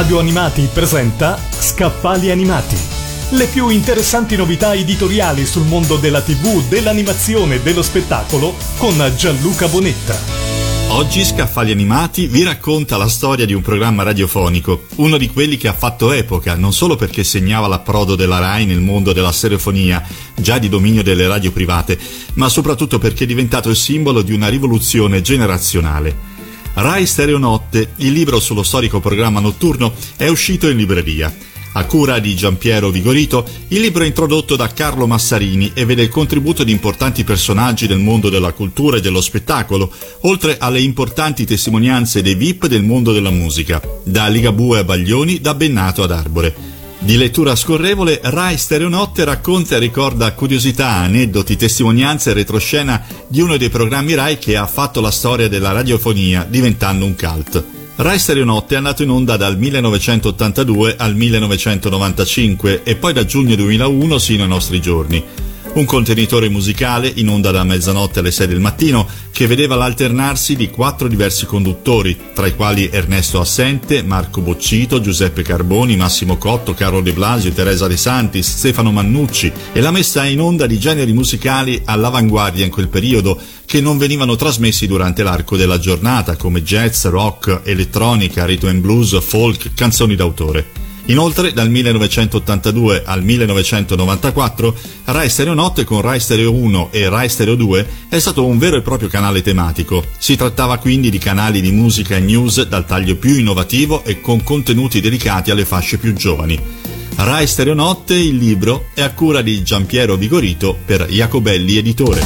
Radio Animati presenta Scaffali Animati. Le più interessanti novità editoriali sul mondo della TV, dell'animazione e dello spettacolo con Gianluca Bonetta. Oggi Scaffali Animati vi racconta la storia di un programma radiofonico, uno di quelli che ha fatto epoca, non solo perché segnava l'approdo della Rai nel mondo della stereofonia, già di dominio delle radio private, ma soprattutto perché è diventato il simbolo di una rivoluzione generazionale. Rai Stereo Notte, il libro sullo storico programma notturno, è uscito in libreria. A cura di Giampiero Vigorito, il libro è introdotto da Carlo Massarini e vede il contributo di importanti personaggi del mondo della cultura e dello spettacolo, oltre alle importanti testimonianze dei VIP del mondo della musica, da Ligabue a Baglioni, da Bennato ad Arbore. Di lettura scorrevole, Rai Stereo Notte racconta e ricorda curiosità, aneddoti, testimonianze e retroscena di uno dei programmi Rai che ha fatto la storia della radiofonia, diventando un cult. Rai Stereo Notte è andato in onda dal 1982 al 1995 e poi da giugno 2001 sino ai nostri giorni. Un contenitore musicale in onda da mezzanotte alle 6 del mattino che vedeva l'alternarsi di 4 diversi conduttori, tra i quali Ernesto Assente, Marco Boccito, Giuseppe Carboni, Massimo Cotto, Carlo De Blasio, Teresa De Santis, Stefano Mannucci, e la messa in onda di generi musicali all'avanguardia in quel periodo che non venivano trasmessi durante l'arco della giornata, come jazz, rock, elettronica, rhythm and blues, folk, canzoni d'autore. Inoltre, dal 1982 al 1994, Rai Stereo Notte con Rai Stereo 1 e Rai Stereo 2 è stato un vero e proprio canale tematico. Si trattava quindi di canali di musica e news dal taglio più innovativo e con contenuti dedicati alle fasce più giovani. Rai Stereo Notte, il libro, è a cura di Giampiero Vigorito per Jacobelli Editore.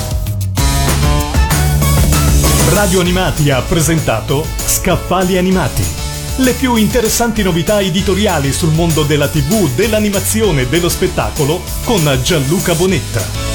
Radio Animati ha presentato Scaffali Animati. Le più interessanti novità editoriali sul mondo della TV, dell'animazione e dello spettacolo con Gianluca Bonetta.